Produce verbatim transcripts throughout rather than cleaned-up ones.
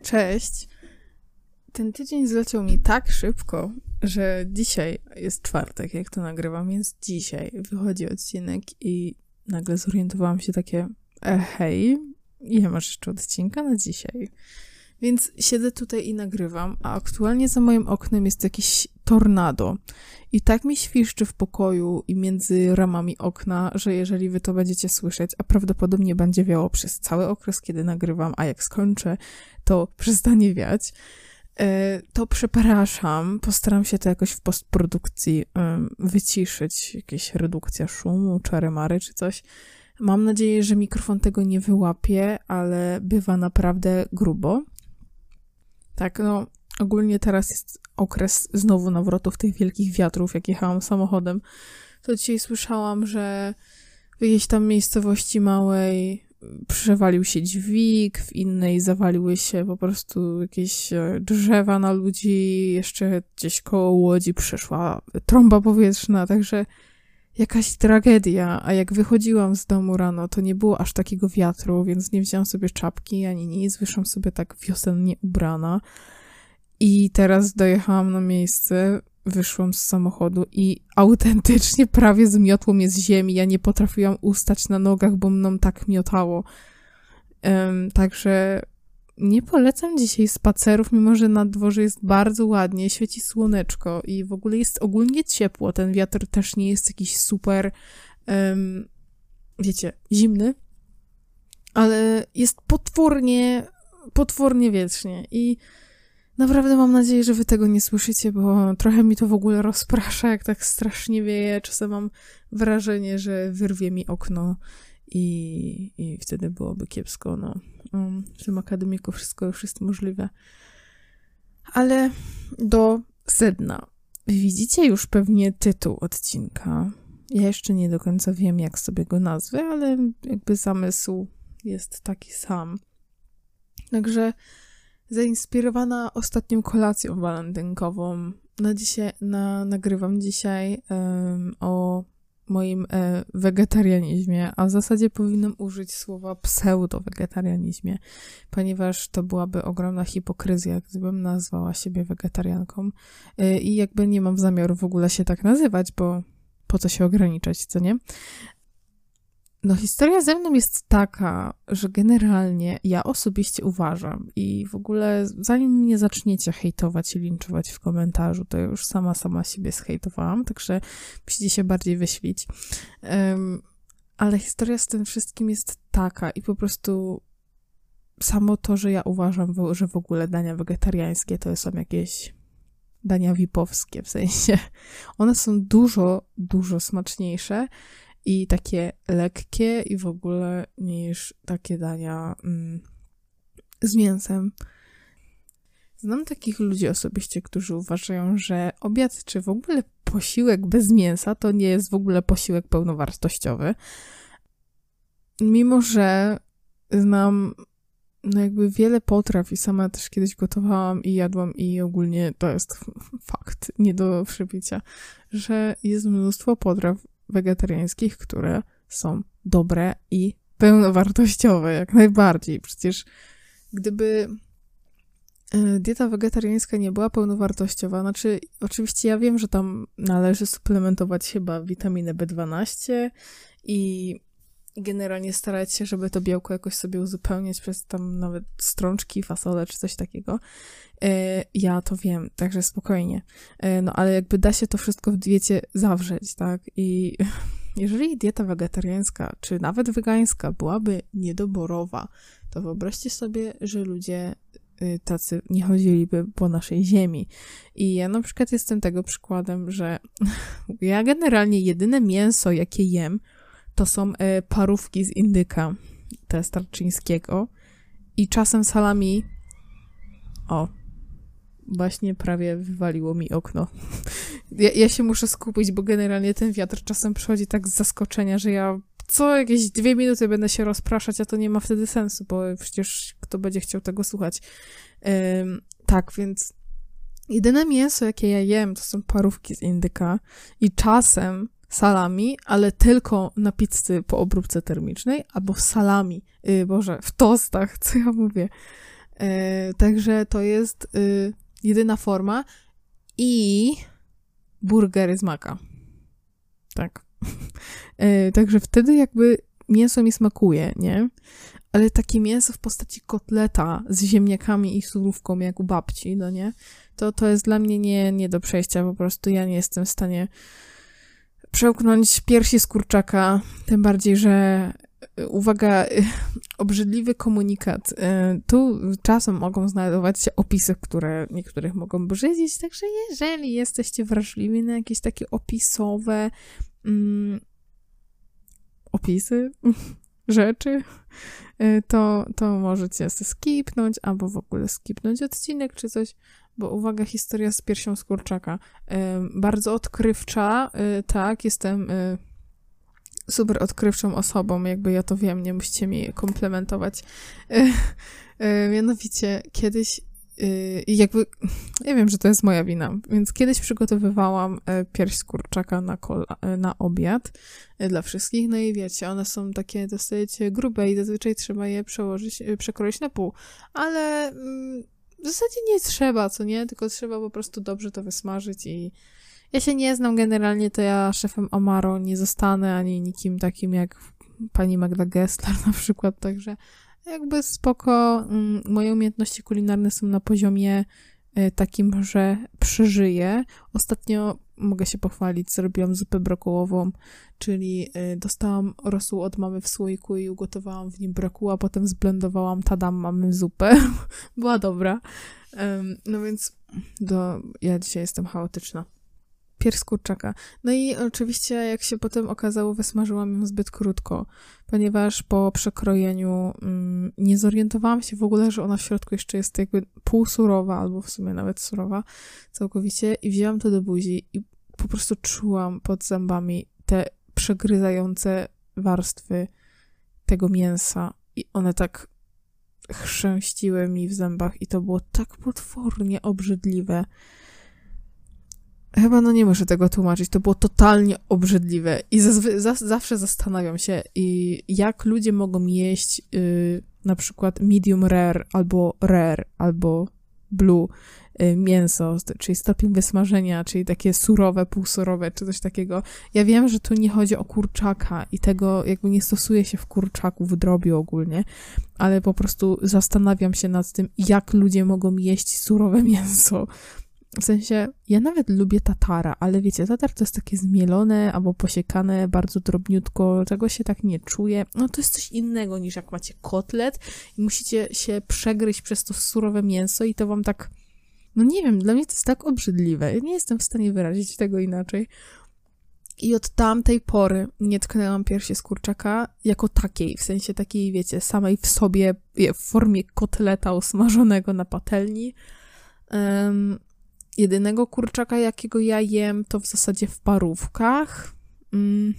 Cześć. Ten tydzień zleciał mi tak szybko, że dzisiaj jest czwartek, jak to nagrywam, więc dzisiaj wychodzi odcinek i nagle zorientowałam się takie, e, hej, ile masz jeszcze odcinka na dzisiaj? Więc siedzę tutaj i nagrywam, a aktualnie za moim oknem jest jakieś tornado. I tak mi świszczy w pokoju i między ramami okna, że jeżeli wy to będziecie słyszeć, a prawdopodobnie będzie wiało przez cały okres, kiedy nagrywam, a jak skończę, to przestanie wiać, to przepraszam, postaram się to jakoś w postprodukcji wyciszyć, jakieś redukcja szumu, czary-mary czy coś. Mam nadzieję, że mikrofon tego nie wyłapie, ale bywa naprawdę grubo. Tak, no ogólnie teraz jest okres znowu nawrotów tych wielkich wiatrów, jak jechałam samochodem. To dzisiaj słyszałam, że w jakiejś tam miejscowości małej przewalił się dźwig, w innej zawaliły się po prostu jakieś drzewa na ludzi, jeszcze gdzieś koło Łodzi przeszła trąba powietrzna, także jakaś tragedia. A jak wychodziłam z domu rano, to nie było aż takiego wiatru, więc nie wzięłam sobie czapki ani nic, wyszłam sobie tak wiosennie ubrana i teraz dojechałam na miejsce, wyszłam z samochodu i autentycznie prawie zmiotło mnie z ziemi. Ja nie potrafiłam ustać na nogach, bo mną tak miotało. Um, także nie polecam dzisiaj spacerów, mimo że na dworze jest bardzo ładnie, świeci słoneczko i w ogóle jest ogólnie ciepło. Ten wiatr też nie jest jakiś super, um, wiecie, zimny, ale jest potwornie, potwornie wietrznie i naprawdę mam nadzieję, że wy tego nie słyszycie, bo trochę mi to w ogóle rozprasza, jak tak strasznie wieje. Czasem mam wrażenie, że wyrwie mi okno i, i wtedy byłoby kiepsko. No. Um, w tym akademiku wszystko już jest możliwe. Ale do sedna. Widzicie już pewnie tytuł odcinka. Ja jeszcze nie do końca wiem, jak sobie go nazwę, ale jakby zamysł jest taki sam. Także zainspirowana ostatnią kolacją walentynkową, na dzisiaj, na, nagrywam dzisiaj um, o moim e, wegetarianizmie, a w zasadzie powinnam użyć słowa pseudo-wegetarianizmie, ponieważ to byłaby ogromna hipokryzja, gdybym nazwała siebie wegetarianką e, i jakby nie mam zamiaru w ogóle się tak nazywać, bo po co się ograniczać, co nie? No historia ze mną jest taka, że generalnie ja osobiście uważam i w ogóle zanim mnie zaczniecie hejtować i linczować w komentarzu, to już sama, sama siebie zhejtowałam, także musicie się bardziej wyślić. Um, ale historia z tym wszystkim jest taka i po prostu samo to, że ja uważam, że w ogóle dania wegetariańskie to są jakieś dania vipowskie, w sensie one są dużo, dużo smaczniejsze i takie lekkie i w ogóle niż takie dania mm, z mięsem. Znam takich ludzi osobiście, którzy uważają, że obiad czy w ogóle posiłek bez mięsa to nie jest w ogóle posiłek pełnowartościowy. Mimo że znam no jakby wiele potraw i sama też kiedyś gotowałam i jadłam i ogólnie to jest fakt, nie do przebicia, że jest mnóstwo potraw wegetariańskich, które są dobre i pełnowartościowe, jak najbardziej. Przecież gdyby dieta wegetariańska nie była pełnowartościowa, znaczy oczywiście ja wiem, że tam należy suplementować chyba witaminę B dwanaście i generalnie starać się, żeby to białko jakoś sobie uzupełniać przez tam nawet strączki, fasole czy coś takiego. Ja to wiem, także spokojnie. No ale jakby da się to wszystko w diecie zawrzeć, tak? I jeżeli dieta wegetariańska, czy nawet wegańska byłaby niedoborowa, to wyobraźcie sobie, że ludzie tacy nie chodziliby po naszej ziemi. I ja na przykład jestem tego przykładem, że ja generalnie jedyne mięso, jakie jem, to są parówki z indyka, te starczyńskiego i czasem salami. O, właśnie prawie wywaliło mi okno. Ja, ja się muszę skupić, bo generalnie ten wiatr czasem przychodzi tak z zaskoczenia, że ja co jakieś dwie minuty będę się rozpraszać, a to nie ma wtedy sensu, bo przecież kto będzie chciał tego słuchać. Ym, tak, więc jedyne mięso, jakie ja jem, to są parówki z indyka i czasem salami, ale tylko na pizzy po obróbce termicznej, albo w salami, yy, Boże, w tostach, co ja mówię. E, także to jest y, jedyna forma i burgery z maka. Tak. E, także wtedy jakby mięso mi smakuje, nie? Ale takie mięso w postaci kotleta z ziemniakami i surówką, jak u babci, no nie? To, to jest dla mnie nie, nie do przejścia, po prostu ja nie jestem w stanie przełknąć piersi z kurczaka, tym bardziej, że uwaga, obrzydliwy komunikat. Tu czasem mogą znajdować się opisy, które niektórych mogą brzydzić, także jeżeli jesteście wrażliwi na jakieś takie opisowe mm, opisy rzeczy, to, to możecie sobie skipnąć, albo w ogóle skipnąć odcinek, czy coś, bo uwaga, historia z piersią z kurczaka. Bardzo odkrywcza, tak, jestem super odkrywczą osobą, jakby ja to wiem, nie musicie mi komplementować. Mianowicie, kiedyś i jakby, ja wiem, że to jest moja wina, więc kiedyś przygotowywałam pierś z kurczaka na, kola, na obiad dla wszystkich, no i wiecie, one są takie dosyć grube i zazwyczaj trzeba je przełożyć, przekroić na pół, ale w zasadzie nie trzeba, co nie, tylko trzeba po prostu dobrze to wysmażyć i ja się nie znam generalnie, to ja szefem Amaro nie zostanę, ani nikim takim jak pani Magda Gessler na przykład, także jakby spoko, moje umiejętności kulinarne są na poziomie takim, że przeżyję. Ostatnio mogę się pochwalić, zrobiłam zupę brokułową, czyli dostałam rosół od mamy w słoiku i ugotowałam w nim brokuł, a potem zblendowałam, tadam, mamy zupę. Była dobra. No więc do, ja dzisiaj jestem chaotyczna. Pierś z kurczaka. No i oczywiście, jak się potem okazało, wysmażyłam ją zbyt krótko, ponieważ po przekrojeniu mm, nie zorientowałam się w ogóle, że ona w środku jeszcze jest jakby półsurowa, albo w sumie nawet surowa całkowicie i wzięłam to do buzi i po prostu czułam pod zębami te przegryzające warstwy tego mięsa i one tak chrzęściły mi w zębach i to było tak potwornie obrzydliwe. Chyba no nie muszę tego tłumaczyć, to było totalnie obrzydliwe i zazwy- za- zawsze zastanawiam się, i jak ludzie mogą jeść yy, na przykład medium rare, albo rare, albo blue yy, mięso, czyli stopień wysmażenia, czyli takie surowe, półsurowe, czy coś takiego. Ja wiem, że tu nie chodzi o kurczaka i tego jakby nie stosuje się w kurczaku, w drobie ogólnie, ale po prostu zastanawiam się nad tym, jak ludzie mogą jeść surowe mięso. W sensie, ja nawet lubię tatara, ale wiecie, tatar to jest takie zmielone albo posiekane bardzo drobniutko, czego się tak nie czuje. No to jest coś innego niż jak macie kotlet i musicie się przegryźć przez to surowe mięso i to wam tak, no nie wiem, dla mnie to jest tak obrzydliwe. Ja nie jestem w stanie wyrazić tego inaczej. I od tamtej pory nie tknęłam piersi z kurczaka jako takiej, w sensie takiej, wiecie, samej w sobie, w formie kotleta usmażonego na patelni. Um, Jedynego kurczaka, jakiego ja jem, to w zasadzie w parówkach. Mm.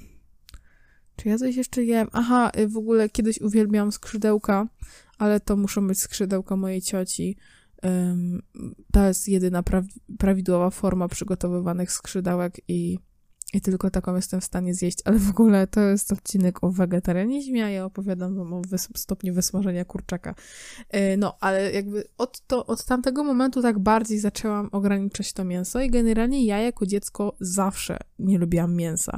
Czy ja coś jeszcze jem? Aha, w ogóle kiedyś uwielbiałam skrzydełka, ale to muszą być skrzydełka mojej cioci. Um, to jest jedyna pra- prawidłowa forma przygotowywanych skrzydełek i, i tylko taką jestem w stanie zjeść. Ale w ogóle to jest odcinek o wegetarianizmie, a ja opowiadam wam o wys- stopniu wysmażenia kurczaka. Yy, no, ale jakby od, to, od tamtego momentu tak bardziej zaczęłam ograniczać to mięso i generalnie ja jako dziecko zawsze nie lubiłam mięsa.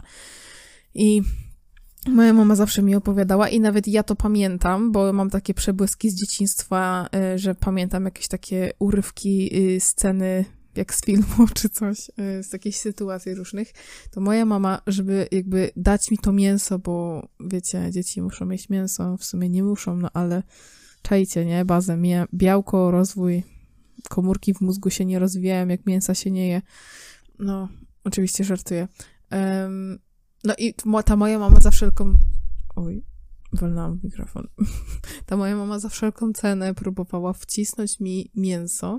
I moja mama zawsze mi opowiadała i nawet ja to pamiętam, bo mam takie przebłyski z dzieciństwa, yy, że pamiętam jakieś takie urywki, yy, sceny jak z filmu czy coś, z jakichś sytuacji różnych, to moja mama, żeby jakby dać mi to mięso, bo wiecie, dzieci muszą mieć mięso, w sumie nie muszą, no ale czajcie, nie? Bazę, mie- białko, rozwój, komórki w mózgu się nie rozwijają, jak mięsa się nie je. No, oczywiście żartuję. Um, no i ta moja mama za wszelką... Oj, walnęłam w mikrofon. Ta moja mama za wszelką cenę próbowała wcisnąć mi mięso.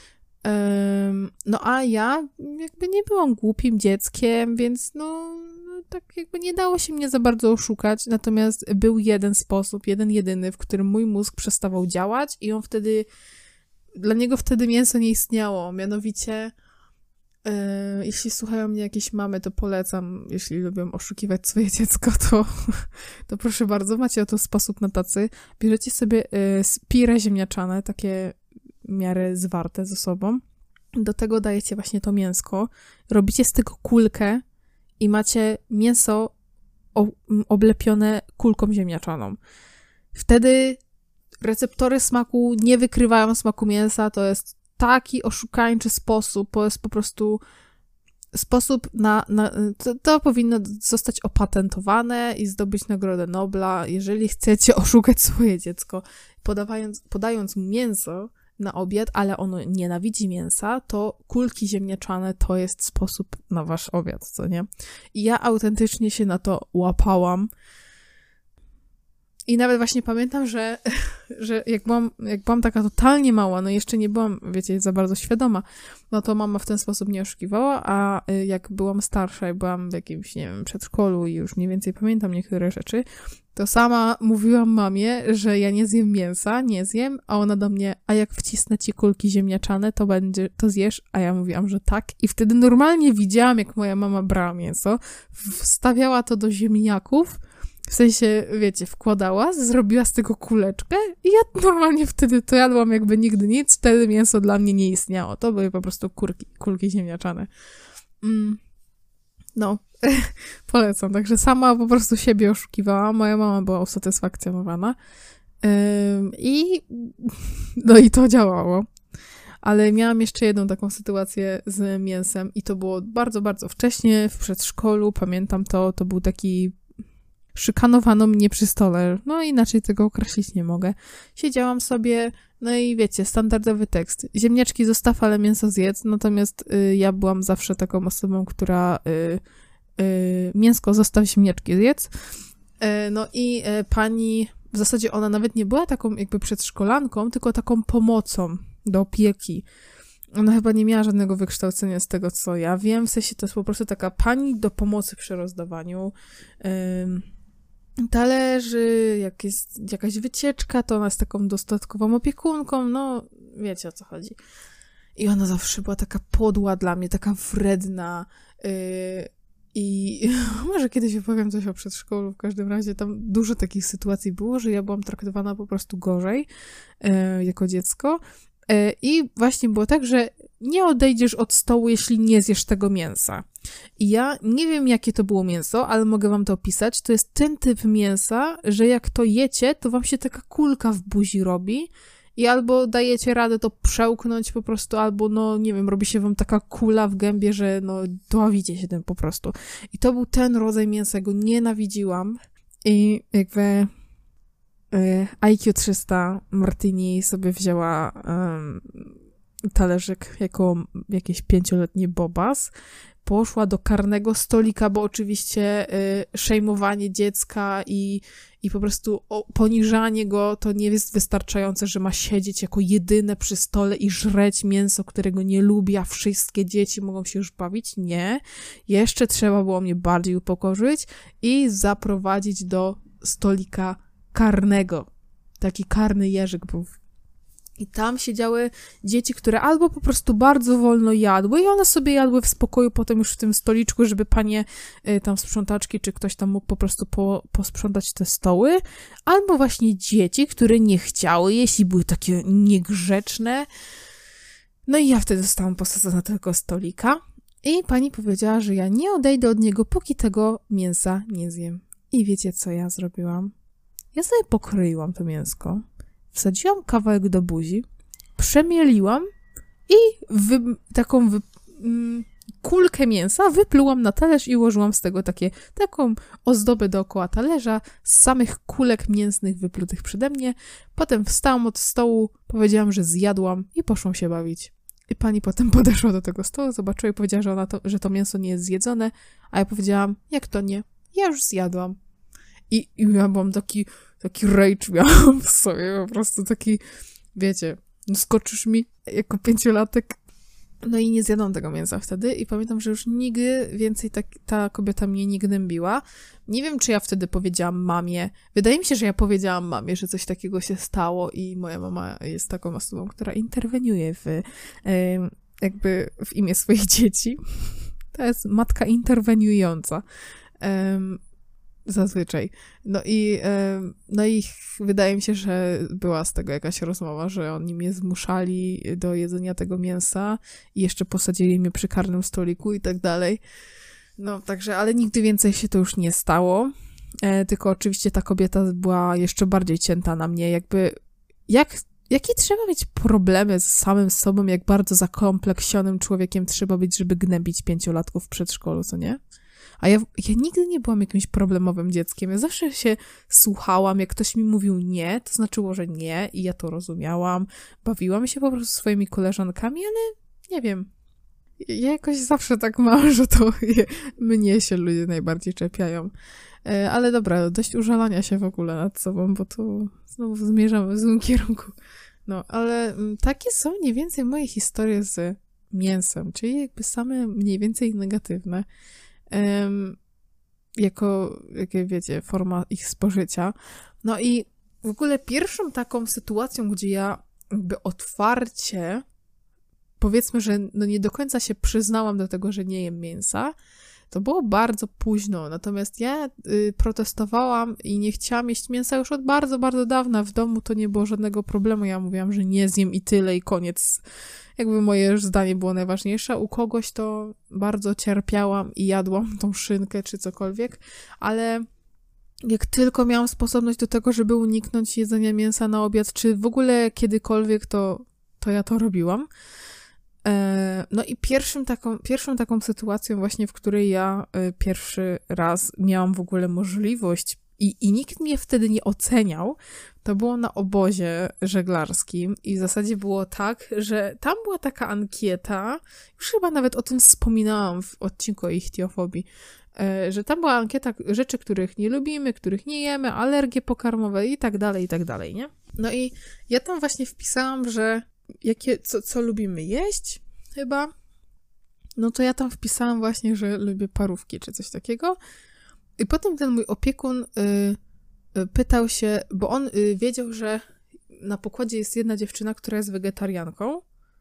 Um, no a ja jakby nie byłam głupim dzieckiem, więc no, no tak jakby nie dało się mnie za bardzo oszukać, natomiast był jeden sposób, jeden jedyny, w którym mój mózg przestawał działać i on wtedy, dla niego wtedy mięso nie istniało, mianowicie yy, jeśli słuchają mnie jakieś mamy, to polecam, jeśli lubią oszukiwać swoje dziecko, to, to proszę bardzo, macie oto sposób na tacy, bierzecie sobie yy, pire ziemniaczane, takie miarę zwarte ze sobą. Do tego dajecie właśnie to mięsko, robicie z tego kulkę i macie mięso oblepione kulką ziemniaczaną. Wtedy receptory smaku nie wykrywają smaku mięsa, to jest taki oszukańczy sposób, to jest po prostu sposób na... na to, to powinno zostać opatentowane i zdobyć Nagrodę Nobla, jeżeli chcecie oszukać swoje dziecko, podawając, podając mu mięso na obiad, ale ono nienawidzi mięsa, to kulki ziemniaczane to jest sposób na wasz obiad, co nie? I ja autentycznie się na to łapałam. I nawet właśnie pamiętam, że, że jak, byłam, jak byłam taka totalnie mała, no jeszcze nie byłam, wiecie, za bardzo świadoma, no to mama w ten sposób nie oszukiwała, a jak byłam starsza i byłam w jakimś, nie wiem, przedszkolu i już mniej więcej pamiętam niektóre rzeczy, to sama mówiłam mamie, że ja nie zjem mięsa, nie zjem, a ona do mnie, a jak wcisnę ci kulki ziemniaczane, to będzie, to zjesz? A ja mówiłam, że tak. I wtedy normalnie widziałam, jak moja mama brała mięso, wstawiała to do ziemniaków, w sensie, wiecie, wkładała, zrobiła z tego kuleczkę i ja normalnie wtedy to jadłam jakby nigdy nic, wtedy mięso dla mnie nie istniało. To były po prostu kurki, kulki ziemniaczane. Mm. No, polecam. Także sama po prostu siebie oszukiwała. Moja mama była usatysfakcjonowana. Yy, I no i to działało. Ale miałam jeszcze jedną taką sytuację z mięsem i to było bardzo, bardzo wcześnie, w przedszkolu. Pamiętam to, to był taki szykanowano mnie przy stole, no inaczej tego określić nie mogę. Siedziałam sobie, no i wiecie, standardowy tekst. Ziemniaczki zostaw, ale mięso zjedz, natomiast y, ja byłam zawsze taką osobą, która y, y, mięsko zostaw, ziemniaczki zjedz. Y, no i y, pani, w zasadzie ona nawet nie była taką jakby przedszkolanką, tylko taką pomocą do opieki. Ona chyba nie miała żadnego wykształcenia z tego, co ja wiem, w sensie to jest po prostu taka pani do pomocy przy rozdawaniu y, talerzy, jak jest jakaś wycieczka, to ona jest taką dodatkową opiekunką, no wiecie, o co chodzi. I ona zawsze była taka podła dla mnie, taka wredna yy, i może kiedyś opowiem coś o przedszkolu, w każdym razie tam dużo takich sytuacji było, że ja byłam traktowana po prostu gorzej yy, jako dziecko. I właśnie było tak, że nie odejdziesz od stołu, jeśli nie zjesz tego mięsa. I ja nie wiem, jakie to było mięso, ale mogę wam to opisać. To jest ten typ mięsa, że jak to jecie, to wam się taka kulka w buzi robi i albo dajecie radę to przełknąć po prostu, albo no, nie wiem, robi się wam taka kula w gębie, że no, dławicie się tym po prostu. I to był ten rodzaj mięsa, ja go nienawidziłam i jakby... I Q trzysta Martini sobie wzięła um, talerzyk jako jakiś pięcioletni bobas, poszła do karnego stolika, bo oczywiście y, szejmowanie dziecka i, i po prostu o, poniżanie go to nie jest wystarczające, że ma siedzieć jako jedyne przy stole i żreć mięso, którego nie lubi, a wszystkie dzieci mogą się już bawić. Nie. Jeszcze trzeba było mnie bardziej upokorzyć i zaprowadzić do stolika karnego. Taki karny jeżyk był. I tam siedziały dzieci, które albo po prostu bardzo wolno jadły i one sobie jadły w spokoju potem już w tym stoliczku, żeby panie y, tam sprzątaczki, czy ktoś tam mógł po prostu po, posprzątać te stoły, albo właśnie dzieci, które nie chciały jeść i były takie niegrzeczne. No i ja wtedy zostałam posadzona do tego stolika i pani powiedziała, że ja nie odejdę od niego, póki tego mięsa nie zjem. I wiecie, co ja zrobiłam? Ja sobie pokroiłam to mięsko, wsadziłam kawałek do buzi, przemieliłam i wy, taką wy, mm, kulkę mięsa wyplułam na talerz i ułożyłam z tego takie, taką ozdobę dookoła talerza z samych kulek mięsnych wyplutych przede mnie. Potem wstałam od stołu, powiedziałam, że zjadłam i poszłam się bawić. I pani potem podeszła do tego stołu, zobaczyła i powiedziała, że, ona to, że to mięso nie jest zjedzone, a ja powiedziałam, jak to nie? Ja już zjadłam. I, i ja byłam taki, taki rage miałam w sobie, po prostu taki, wiecie, no skoczysz mi jako pięciolatek. No i nie zjadłam tego mięsa wtedy i pamiętam, że już nigdy więcej tak, ta kobieta mnie nie gnębiła. Nie wiem, czy ja wtedy powiedziałam mamie. Wydaje mi się, że ja powiedziałam mamie, że coś takiego się stało i moja mama jest taką osobą, która interweniuje w, jakby w imię swoich dzieci. To jest matka interweniująca. Zazwyczaj. No i, no i wydaje mi się, że była z tego jakaś rozmowa, że oni mnie zmuszali do jedzenia tego mięsa i jeszcze posadzili mnie przy karnym stoliku i tak dalej. No także, ale nigdy więcej się to już nie stało. E, tylko oczywiście ta kobieta była jeszcze bardziej cięta na mnie, jakby jak, jakie trzeba mieć problemy z samym sobą, jak bardzo zakompleksionym człowiekiem trzeba być, żeby gnębić pięciolatków w przedszkolu, co nie? A ja, ja nigdy nie byłam jakimś problemowym dzieckiem. Ja zawsze się słuchałam, jak ktoś mi mówił nie, to znaczyło, że nie i ja to rozumiałam. Bawiłam się po prostu swoimi koleżankami, ale nie wiem. Ja jakoś zawsze tak mam, że to je, mnie się ludzie najbardziej czepiają. E, ale dobra, dość użalania się w ogóle nad sobą, bo to znowu zmierzamy w złym kierunku. No, ale m, takie są mniej więcej moje historie z mięsem, czyli jakby same mniej więcej negatywne. Um, jako, jak wiecie, forma ich spożycia. No i w ogóle pierwszą taką sytuacją, gdzie ja jakby otwarcie, powiedzmy, że no nie do końca się przyznałam do tego, że nie jem mięsa, to było bardzo późno. Natomiast ja y, protestowałam i nie chciałam jeść mięsa już od bardzo, bardzo dawna. W domu to nie było żadnego problemu. Ja mówiłam, że nie zjem i tyle i koniec. Jakby moje zdanie było najważniejsze. U kogoś to bardzo cierpiałam i jadłam tą szynkę czy cokolwiek, ale jak tylko miałam sposobność do tego, żeby uniknąć jedzenia mięsa na obiad, czy w ogóle kiedykolwiek, to, to ja to robiłam. No i pierwszym taką, pierwszą taką sytuacją właśnie, w której ja pierwszy raz miałam w ogóle możliwość i, i nikt mnie wtedy nie oceniał, to było na obozie żeglarskim i w zasadzie było tak, że tam była taka ankieta, już chyba nawet o tym wspominałam w odcinku o ichtiofobii, że tam była ankieta rzeczy, których nie lubimy, których nie jemy, alergie pokarmowe i tak dalej, i tak dalej, nie? No i ja tam właśnie wpisałam, że jakie, co, co lubimy jeść, chyba. No to ja tam wpisałam właśnie, że lubię parówki, czy coś takiego. I potem ten mój opiekun y, y, pytał się, bo on y, wiedział, że na pokładzie jest jedna dziewczyna, która jest wegetarianką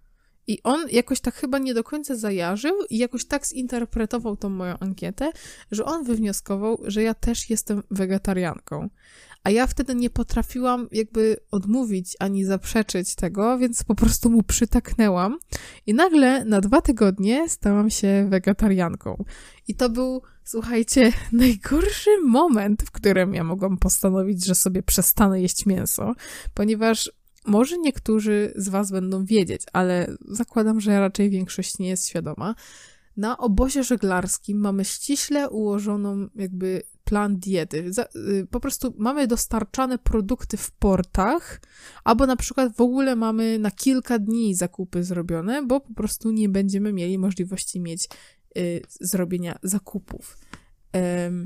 i on jakoś tak chyba nie do końca zajarzył i jakoś tak zinterpretował tą moją ankietę, że on wywnioskował, że ja też jestem wegetarianką. A ja wtedy nie potrafiłam jakby odmówić ani zaprzeczyć tego, więc po prostu mu przytaknęłam i nagle na dwa tygodnie stałam się wegetarianką. I to był, słuchajcie, najgorszy moment, w którym ja mogłam postanowić, że sobie przestanę jeść mięso, ponieważ może niektórzy z was będą wiedzieć, ale zakładam, że raczej większość nie jest świadoma. Na obozie żeglarskim mamy ściśle ułożoną jakby plan diety. Za, y, po prostu mamy dostarczane produkty w portach, albo na przykład w ogóle mamy na kilka dni zakupy zrobione, bo po prostu nie będziemy mieli możliwości mieć y, zrobienia zakupów. Ym,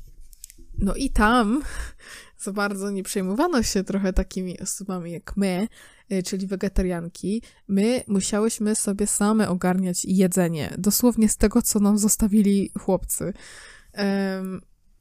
no i tam za bardzo nie przejmowano się trochę takimi osobami jak my, y, czyli wegetarianki. My musiałyśmy sobie same ogarniać jedzenie, dosłownie z tego, co nam zostawili chłopcy. Ym,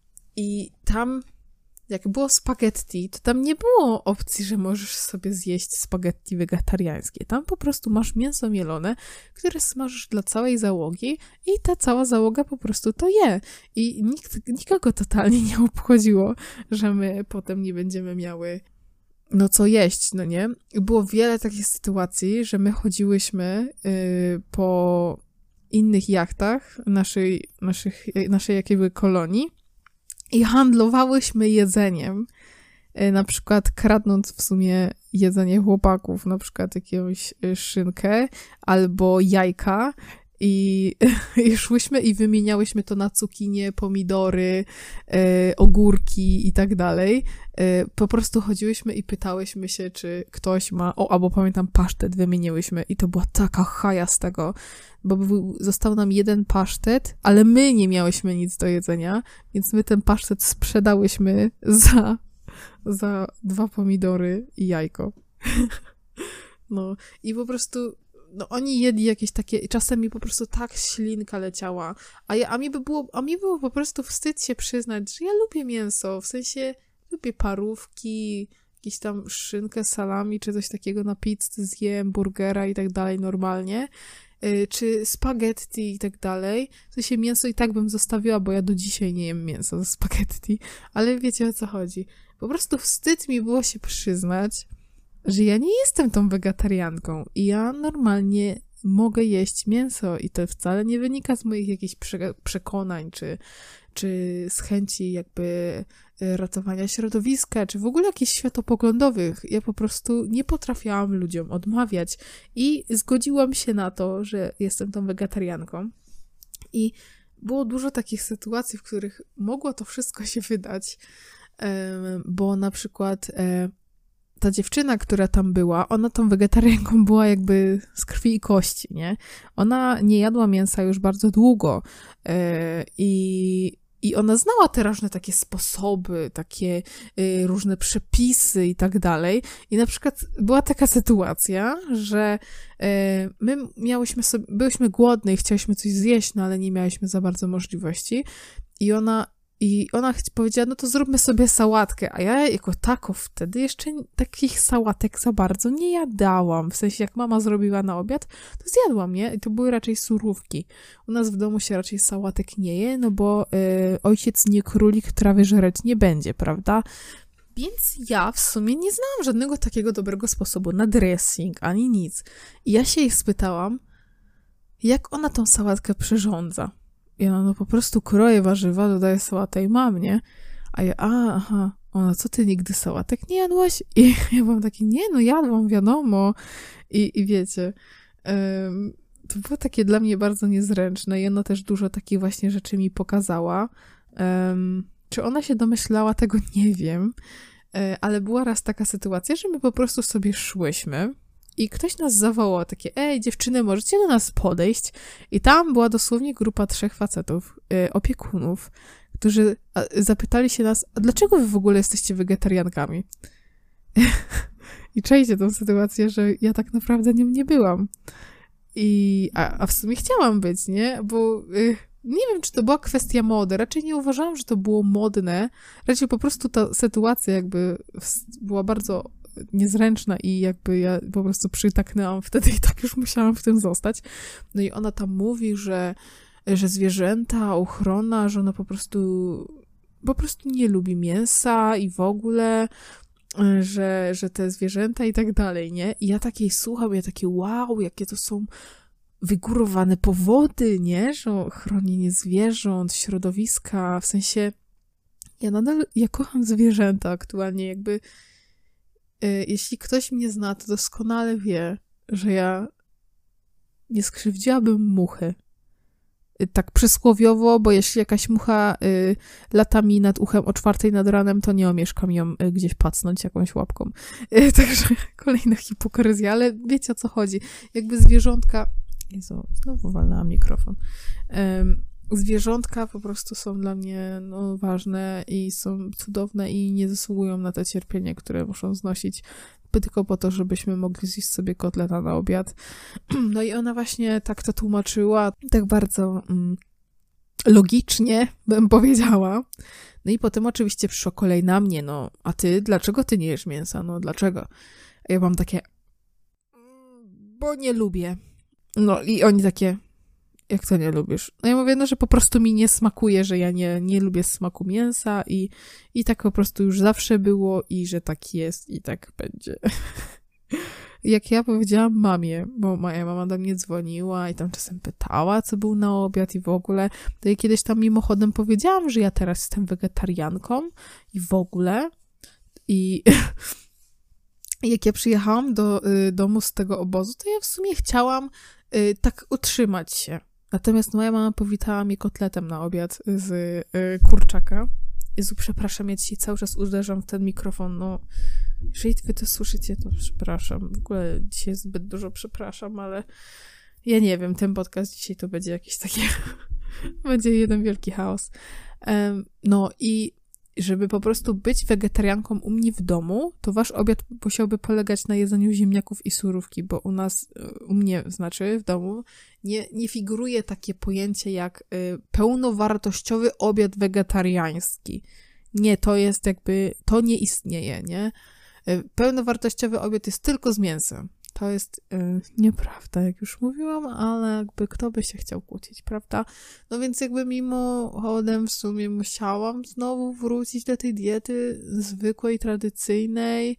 I tam, jak było spaghetti, to tam nie było opcji, że możesz sobie zjeść spaghetti wegetariańskie. Tam po prostu masz mięso mielone, które smażysz dla całej załogi i ta cała załoga po prostu to je. I nikt, nikogo totalnie nie obchodziło, że my potem nie będziemy miały no co jeść, no nie? I było wiele takich sytuacji, że my chodziłyśmy yy, po innych jachtach naszej, naszych, naszej jakiejś kolonii i handlowałyśmy jedzeniem, na przykład kradnąc w sumie jedzenie chłopaków, na przykład jakąś szynkę albo jajka i, i szłyśmy i wymieniałyśmy to na cukinie, pomidory, e, ogórki i tak dalej. E, po prostu chodziłyśmy i pytałyśmy się, czy ktoś ma, o, albo pamiętam pasztet wymieniłyśmy i to była taka haja z tego, bo był, został nam jeden pasztet, ale my nie miałyśmy nic do jedzenia, więc my ten pasztet sprzedałyśmy za, za dwa pomidory i jajko. No i po prostu no oni jedli jakieś takie, czasem mi po prostu tak ślinka leciała, a, ja, a, mi by było, a mi było po prostu wstyd się przyznać, że ja lubię mięso, w sensie lubię parówki, jakieś tam szynkę, salami czy coś takiego na pizzę zjem, burgera i tak dalej normalnie. y, czy spaghetti i tak dalej. W sensie mięso i tak bym zostawiła, bo ja do dzisiaj nie jem mięsa ze spaghetti, ale wiecie, o co chodzi. Po prostu wstyd mi było się przyznać, że ja nie jestem tą wegetarianką i ja normalnie mogę jeść mięso i to wcale nie wynika z moich jakichś prze- przekonań, czy, czy z chęci jakby ratowania środowiska, czy w ogóle jakichś światopoglądowych. Ja po prostu nie potrafiłam ludziom odmawiać i zgodziłam się na to, że jestem tą wegetarianką. I było dużo takich sytuacji, w których mogło to wszystko się wydać, bo na przykład ta dziewczyna, która tam była, ona tą wegetarianką była jakby z krwi i kości, nie? Ona nie jadła mięsa już bardzo długo yy, i, i ona znała te różne takie sposoby, takie yy, różne przepisy i tak dalej. I na przykład była taka sytuacja, że yy, my miałyśmy sobie, byłyśmy głodne i chciałyśmy coś zjeść, no ale nie miałyśmy za bardzo możliwości i ona I ona powiedziała, no to zróbmy sobie sałatkę, a ja jako tako wtedy jeszcze takich sałatek za bardzo nie jadałam. W sensie, jak mama zrobiła na obiad, to zjadłam, nie? I to były raczej surówki. U nas w domu się raczej sałatek nie je, no bo y, ojciec nie królik, trawy żreć nie będzie, prawda? Więc ja w sumie nie znałam żadnego takiego dobrego sposobu na dressing, ani nic. I ja się jej spytałam, jak ona tą sałatkę przyrządza. I ona no po prostu kroje warzywa, dodaje sałatę i mam, nie? A ja, a, aha, ona, co ty nigdy sałatek nie jadłaś? I ja byłam taki, nie, no jadłam, wiadomo. I, i wiecie, um, to było takie dla mnie bardzo niezręczne i ona też dużo takich właśnie rzeczy mi pokazała. Um, czy ona się domyślała, tego nie wiem, um, ale była raz taka sytuacja, że my po prostu sobie szłyśmy i ktoś nas zawołał, takie, ej, dziewczyny, możecie do nas podejść? I tam była dosłownie grupa trzech facetów, yy, opiekunów, którzy a, zapytali się nas, a dlaczego wy w ogóle jesteście wegetariankami? I czajcie tą sytuację, że ja tak naprawdę nią nie byłam. I, a, a w sumie chciałam być, nie? Bo yy, nie wiem, czy to była kwestia mody. Raczej nie uważałam, że to było modne. Raczej po prostu ta sytuacja jakby była bardzo niezręczna i jakby ja po prostu przytaknęłam wtedy i tak już musiałam w tym zostać. No i ona tam mówi, że, że zwierzęta, ochrona, że ona po prostu po prostu nie lubi mięsa i w ogóle, że, że te zwierzęta i tak dalej, nie? I ja takiej słucham, ja takie wow, jakie to są wygórowane powody, nie? Że chronienie zwierząt, środowiska, w sensie ja nadal, ja kocham zwierzęta aktualnie, jakby jeśli ktoś mnie zna, to doskonale wie, że ja nie skrzywdziłabym muchy. Tak przysłowiowo, bo jeśli jakaś mucha y, lata mi nad uchem o czwartej nad ranem, to nie omieszkam ją y, gdzieś pacnąć jakąś łapką. Y, także kolejna hipokryzja, ale wiecie, o co chodzi. Jakby zwierzątka... Jezu, znowu walnęłam mikrofon. Um, Zwierzątka po prostu są dla mnie no, ważne i są cudowne i nie zasługują na to cierpienie, które muszą znosić tylko po to, żebyśmy mogli zjeść sobie kotleta na obiad. No i ona właśnie tak to tłumaczyła, tak bardzo mm, logicznie bym powiedziała. No i potem oczywiście przyszła kolej na mnie, no a ty, dlaczego ty nie jesz mięsa? No dlaczego? A ja mam takie, bo nie lubię. No i oni takie, jak to nie lubisz? No ja mówię, no, że po prostu mi nie smakuje, że ja nie, nie lubię smaku mięsa i, i tak po prostu już zawsze było i że tak jest i tak będzie. Jak ja powiedziałam mamie, bo moja mama do mnie dzwoniła i tam czasem pytała, co był na obiad i w ogóle, to ja kiedyś tam mimochodem powiedziałam, że ja teraz jestem wegetarianką i w ogóle i... jak ja przyjechałam do y, domu z tego obozu, to ja w sumie chciałam y, tak utrzymać się. Natomiast moja mama powitała mnie kotletem na obiad z y, kurczaka. Jezu, przepraszam, ja dzisiaj cały czas uderzam w ten mikrofon, no jeżeli wy to słyszycie, to przepraszam. W ogóle dzisiaj zbyt dużo przepraszam, ale ja nie wiem, ten podcast dzisiaj to będzie jakiś taki będzie jeden wielki chaos. Um, no i żeby po prostu być wegetarianką u mnie w domu, to wasz obiad musiałby polegać na jedzeniu ziemniaków i surówki, bo u nas, u mnie, znaczy w domu, nie, nie figuruje takie pojęcie jak y, pełnowartościowy obiad wegetariański. Nie, to jest jakby, to nie istnieje, nie? Y, pełnowartościowy obiad jest tylko z mięsem. To jest yy, nieprawda, jak już mówiłam, ale jakby kto by się chciał kłócić, prawda? No więc jakby mimochodem w sumie musiałam znowu wrócić do tej diety zwykłej, tradycyjnej.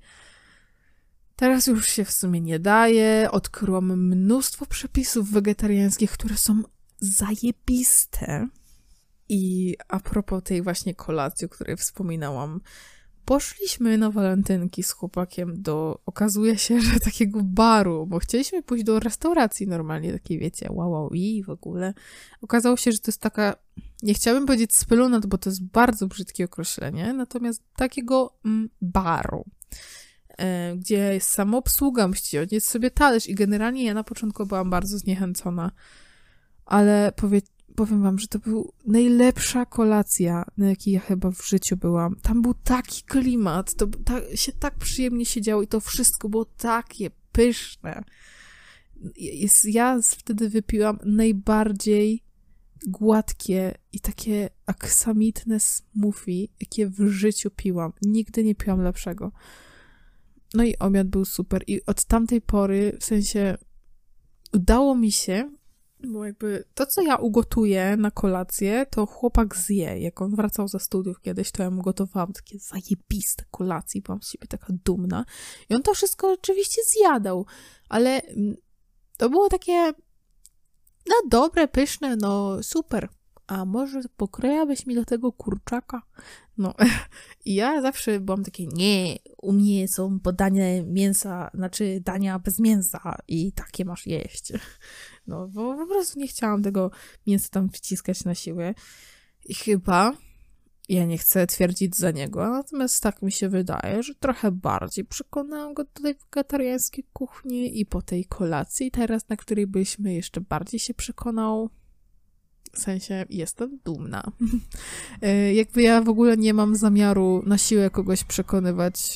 Teraz już się w sumie nie daje. Odkryłam mnóstwo przepisów wegetariańskich, które są zajebiste. I a propos tej właśnie kolacji, o której wspominałam, poszliśmy na walentynki z chłopakiem do, okazuje się, że takiego baru, bo chcieliśmy pójść do restauracji normalnie, takiej wiecie, wow, wow, i w ogóle. Okazało się, że to jest taka, nie chciałabym powiedzieć spelunat, bo to jest bardzo brzydkie określenie, natomiast takiego mm, baru, e, gdzie jest samoobsługa, musicie odnieść sobie talerz i generalnie ja na początku byłam bardzo zniechęcona, ale powie, powiem wam, że to była najlepsza kolacja, na jakiej ja chyba w życiu byłam. Tam był taki klimat, to ta, się tak przyjemnie siedziało i to wszystko było takie pyszne. Jest, ja wtedy wypiłam najbardziej gładkie i takie aksamitne smoothie, jakie w życiu piłam. Nigdy nie piłam lepszego. No i obiad był super i od tamtej pory, w sensie udało mi się, bo jakby to, co ja ugotuję na kolację, to chłopak zje. Jak on wracał ze studiów kiedyś, to ja mu gotowałam takie zajebiste kolacje, byłam z siebie taka dumna. I on to wszystko oczywiście zjadał, ale to było takie no dobre, pyszne, no super. A może pokrojałabyś mi do tego kurczaka? No i ja zawsze byłam takie, nie, u mnie są podania mięsa, znaczy dania bez mięsa i takie masz jeść. No, bo po prostu nie chciałam tego mięsa tam wciskać na siłę. I chyba, ja nie chcę twierdzić za niego, natomiast tak mi się wydaje, że trochę bardziej przekonałam go do tej wegetariańskiej kuchni i po tej kolacji teraz, na której byliśmy, jeszcze bardziej się przekonał. W sensie jestem dumna. Jakby ja w ogóle nie mam zamiaru na siłę kogoś przekonywać,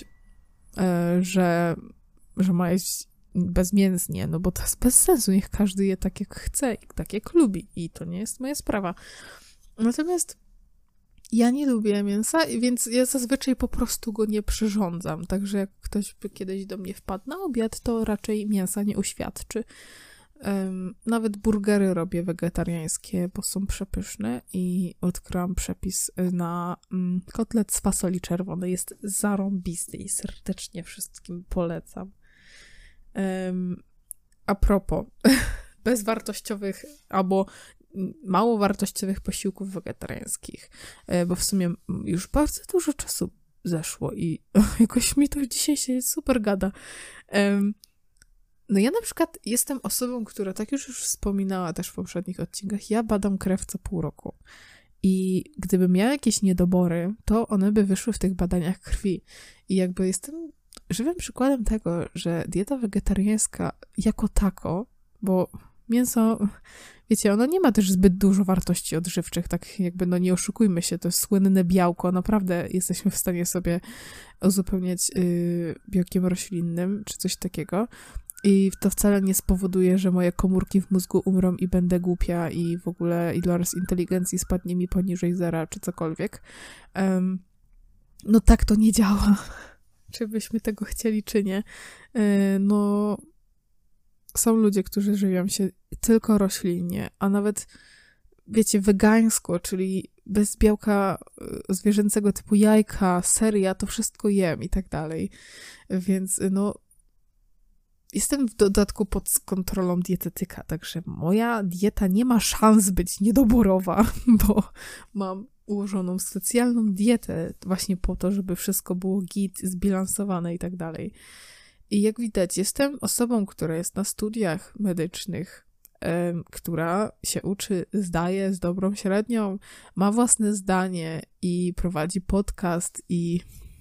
że, że ma jeść bezmięsnie, no bo to jest bez sensu. Niech każdy je tak, jak chce i tak, jak lubi. I to nie jest moja sprawa. Natomiast ja nie lubię mięsa, więc ja zazwyczaj po prostu go nie przyrządzam. Także jak ktoś by kiedyś do mnie wpadł na obiad, to raczej mięsa nie uświadczy. Um, nawet burgery robię wegetariańskie, bo są przepyszne i odkryłam przepis na um, kotlet z fasoli czerwonej. Jest zarąbisty i serdecznie wszystkim polecam. Um, a propos bezwartościowych albo mało wartościowych posiłków wegetariańskich, bo w sumie już bardzo dużo czasu zeszło i jakoś mi to dzisiaj się super gada. Um, No ja na przykład jestem osobą, która tak już już wspominała też w poprzednich odcinkach, ja badam krew co pół roku. I gdybym miała jakieś niedobory, to one by wyszły w tych badaniach krwi. I jakby jestem żywym przykładem tego, że dieta wegetariańska jako tako, bo mięso, wiecie, ono nie ma też zbyt dużo wartości odżywczych, tak jakby, no nie oszukujmy się, to jest słynne białko, naprawdę jesteśmy w stanie sobie uzupełniać yy, białkiem roślinnym, czy coś takiego. I to wcale nie spowoduje, że moje komórki w mózgu umrą i będę głupia i w ogóle iloraz inteligencji spadnie mi poniżej zera, czy cokolwiek. Um, no tak to nie działa. Czy byśmy tego chcieli, czy nie. Yy, no są ludzie, którzy żywią się tylko roślinnie, a nawet wiecie, wegańsko, czyli bez białka zwierzęcego typu jajka, seria, to wszystko jem i tak dalej. Więc no jestem w dodatku pod kontrolą dietetyka, także moja dieta nie ma szans być niedoborowa, bo mam ułożoną specjalną dietę właśnie po to, żeby wszystko było git, zbilansowane i tak dalej. I jak widać, jestem osobą, która jest na studiach medycznych, em, która się uczy, zdaje z dobrą średnią, ma własne zdanie i prowadzi podcast i,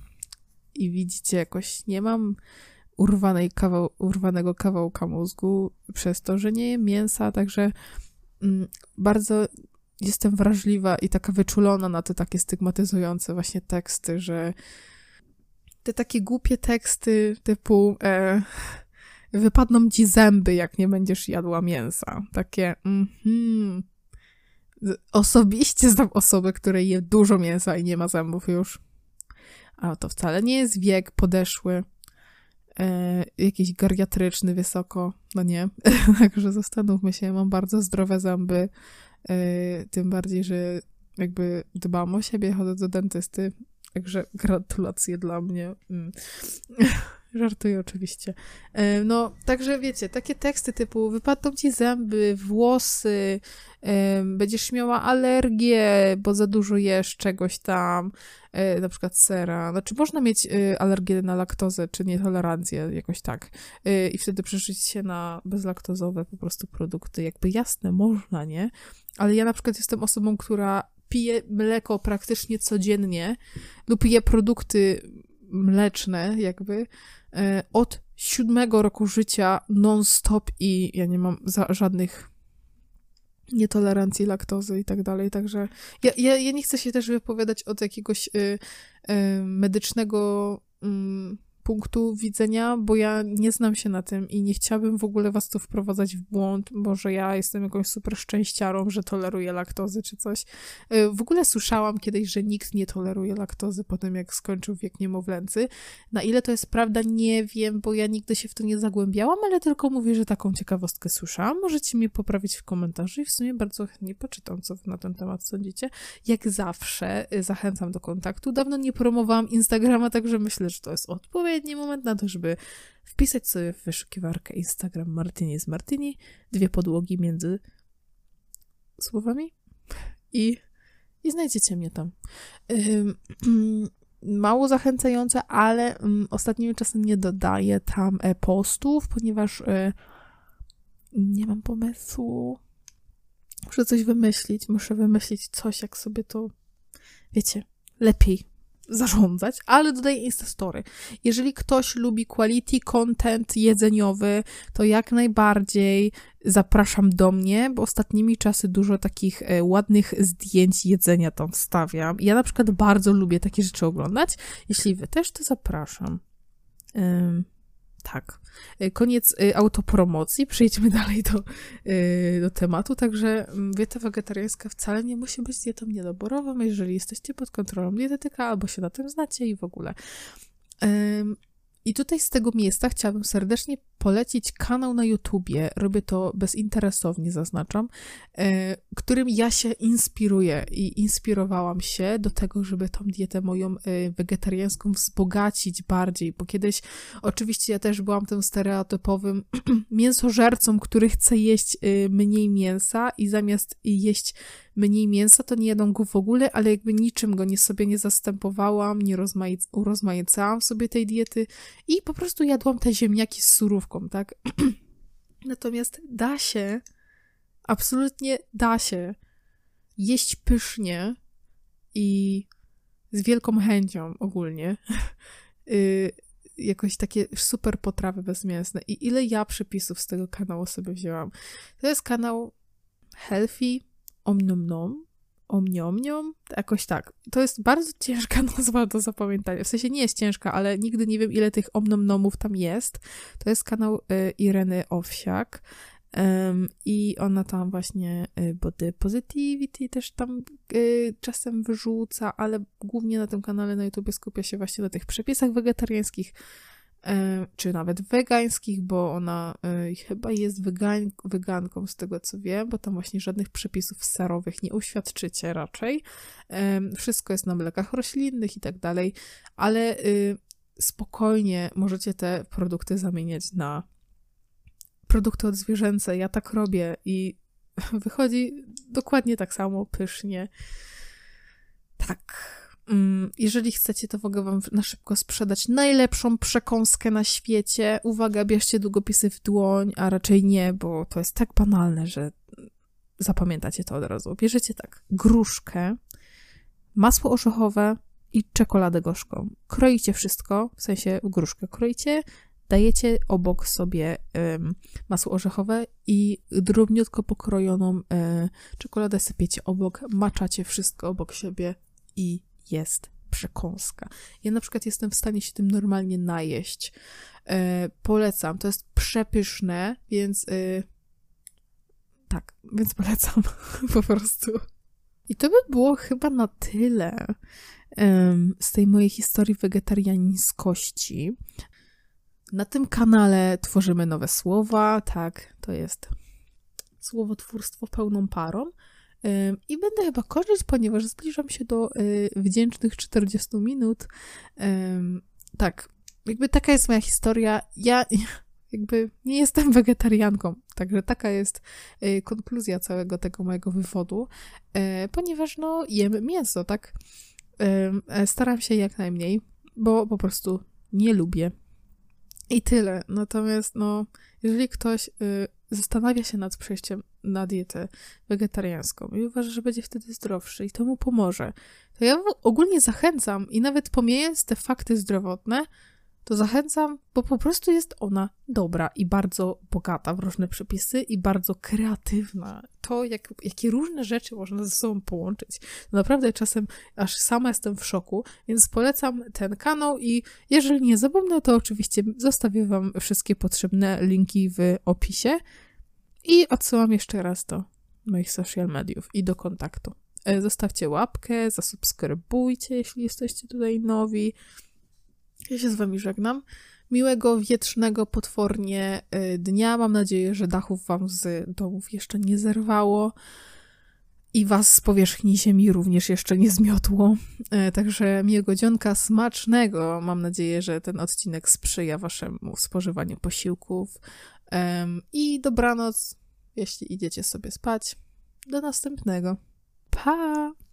i widzicie, jakoś nie mam urwanej kawał, urwanego kawałka mózgu przez to, że nie jem mięsa, także mm, bardzo jestem wrażliwa i taka wyczulona na te takie stygmatyzujące właśnie teksty, że te takie głupie teksty typu e, wypadną ci zęby, jak nie będziesz jadła mięsa. Takie mhm. Osobiście znam osobę, która je dużo mięsa i nie ma zębów już. A to wcale nie jest wiek podeszły. e, jakiś geriatryczny wysoko, no nie. Także zastanówmy się, mam bardzo zdrowe zęby, e, tym bardziej, że jakby dbam o siebie, chodzę do dentysty, także gratulacje dla mnie. Mm. Żartuję oczywiście. E, no, także wiecie, takie teksty typu wypadną ci zęby, włosy, e, będziesz miała alergię, bo za dużo jesz czegoś tam, e, na przykład sera. Znaczy można mieć e, alergię na laktozę, czy nietolerancję, jakoś tak. E, I wtedy przeszyć się na bezlaktozowe po prostu produkty. Jakby jasne, można, nie? Ale ja na przykład jestem osobą, która pije mleko praktycznie codziennie lub je produkty mleczne jakby e, od siódmego roku życia non-stop i ja nie mam za, żadnych nietolerancji laktozy i tak dalej, także ja, ja, ja nie chcę się też wypowiadać od jakiegoś y, y, medycznego y, punktu widzenia, bo ja nie znam się na tym i nie chciałabym w ogóle was tu wprowadzać w błąd, może ja jestem jakąś super szczęściarą, że toleruję laktozy czy coś. W ogóle słyszałam kiedyś, że nikt nie toleruje laktozy po tym, jak skończył wiek niemowlęcy. Na ile to jest prawda, nie wiem, bo ja nigdy się w to nie zagłębiałam, ale tylko mówię, że taką ciekawostkę słyszałam. Możecie mnie poprawić w komentarzu i w sumie bardzo chętnie poczytam, co wy na ten temat sądzicie. Jak zawsze zachęcam do kontaktu. Dawno nie promowałam Instagrama, także myślę, że to jest odpowiedź moment na to, żeby wpisać sobie w wyszukiwarkę Instagram Martini z Martini, dwie podłogi między słowami i, i znajdziecie mnie tam. Ym, mało zachęcające, ale ym, ostatnimi czasem nie dodaję tam e, postów, ponieważ y, nie mam pomysłu. Muszę coś wymyślić, muszę wymyślić coś, jak sobie to, wiecie, lepiej zarządzać, ale dodaję Instastory. Jeżeli ktoś lubi quality content jedzeniowy, to jak najbardziej zapraszam do mnie, bo ostatnimi czasy dużo takich e, ładnych zdjęć jedzenia tam wstawiam. Ja na przykład bardzo lubię takie rzeczy oglądać. Jeśli wy też, to zapraszam. Ym, tak. Koniec y, autopromocji. Przejdźmy dalej do, y, do tematu. Także dieta wegetariańska wcale nie musi być dietą niedoborową, jeżeli jesteście pod kontrolą dietetyka albo się na tym znacie i w ogóle. Ym, I tutaj z tego miejsca chciałabym serdecznie polecić kanał na YouTubie, robię to bezinteresownie, zaznaczam, e, którym ja się inspiruję i inspirowałam się do tego, żeby tą dietę moją e, wegetariańską wzbogacić bardziej, bo kiedyś oczywiście ja też byłam tym stereotypowym mięsożercą, który chce jeść e, mniej mięsa i zamiast jeść mniej mięsa, to nie jadłam go w ogóle, ale jakby niczym go nie sobie nie zastępowałam, nie rozmaic- urozmaicałam sobie tej diety i po prostu jadłam te ziemniaki z surówką, tak? Natomiast da się, absolutnie da się jeść pysznie i z wielką chęcią ogólnie yy, jakoś takie super potrawy bezmięsne. I ile ja przepisów z tego kanału sobie wzięłam. To jest kanał Healthy Omnom Omniomniom? Jakoś tak. To jest bardzo ciężka nazwa do zapamiętania. W sensie nie jest ciężka, ale nigdy nie wiem, ile tych omnomnomów tam jest. To jest kanał y, Ireny Owsiak um, i ona tam właśnie y, body positivity też tam y, czasem wyrzuca, ale głównie na tym kanale na YouTubie skupia się właśnie na tych przepisach wegetariańskich, czy nawet wegańskich, bo ona y, chyba jest wegań, weganką z tego, co wiem, bo tam właśnie żadnych przepisów serowych nie uświadczycie raczej. Y, wszystko jest na mlekach roślinnych i tak dalej, ale y, spokojnie możecie te produkty zamieniać na produkty odzwierzęce. Ja tak robię i wychodzi dokładnie tak samo pysznie. Tak. Jeżeli chcecie, to mogę wam na szybko sprzedać najlepszą przekąskę na świecie. Uwaga, bierzcie długopisy w dłoń, a raczej nie, bo to jest tak banalne, że zapamiętacie to od razu. Bierzecie tak, gruszkę, masło orzechowe i czekoladę gorzką. Kroicie wszystko, w sensie gruszkę kroicie, dajecie obok sobie um, masło orzechowe i drobniutko pokrojoną um, czekoladę sypiecie obok, maczacie wszystko obok siebie i jest przekąska. Ja na przykład jestem w stanie się tym normalnie najeść. E, polecam. To jest przepyszne, więc e, tak, więc polecam po prostu. I to by było chyba na tyle um, z tej mojej historii wegetariańskości. Na tym kanale tworzymy nowe słowa, tak, to jest słowotwórstwo pełną parą. I będę chyba kończyć, ponieważ zbliżam się do wdzięcznych czterdziestu minut. Tak, jakby taka jest moja historia. Ja jakby nie jestem wegetarianką, także taka jest konkluzja całego tego mojego wywodu, ponieważ no jem mięso, tak? Staram się jak najmniej, bo po prostu nie lubię. I tyle. Natomiast no, jeżeli ktoś zastanawia się nad przejściem na dietę wegetariańską i uważa, że będzie wtedy zdrowszy i to mu pomoże, to ja ogólnie zachęcam i nawet pomijając te fakty zdrowotne, to zachęcam, bo po prostu jest ona dobra i bardzo bogata w różne przepisy i bardzo kreatywna. To, jak, jakie różne rzeczy można ze sobą połączyć. No naprawdę czasem aż sama jestem w szoku, więc polecam ten kanał i jeżeli nie zapomnę, to oczywiście zostawię wam wszystkie potrzebne linki w opisie i odsyłam jeszcze raz do moich social mediów i do kontaktu. Zostawcie łapkę, zasubskrybujcie, jeśli jesteście tutaj nowi. Ja się z wami żegnam. Miłego, wietrznego, potwornie dnia. Mam nadzieję, że dachów wam z domów jeszcze nie zerwało i was z powierzchni ziemi również jeszcze nie zmiotło. Także miłego dzionka, smacznego. Mam nadzieję, że ten odcinek sprzyja waszemu spożywaniu posiłków. I dobranoc, jeśli idziecie sobie spać. Do następnego. Pa!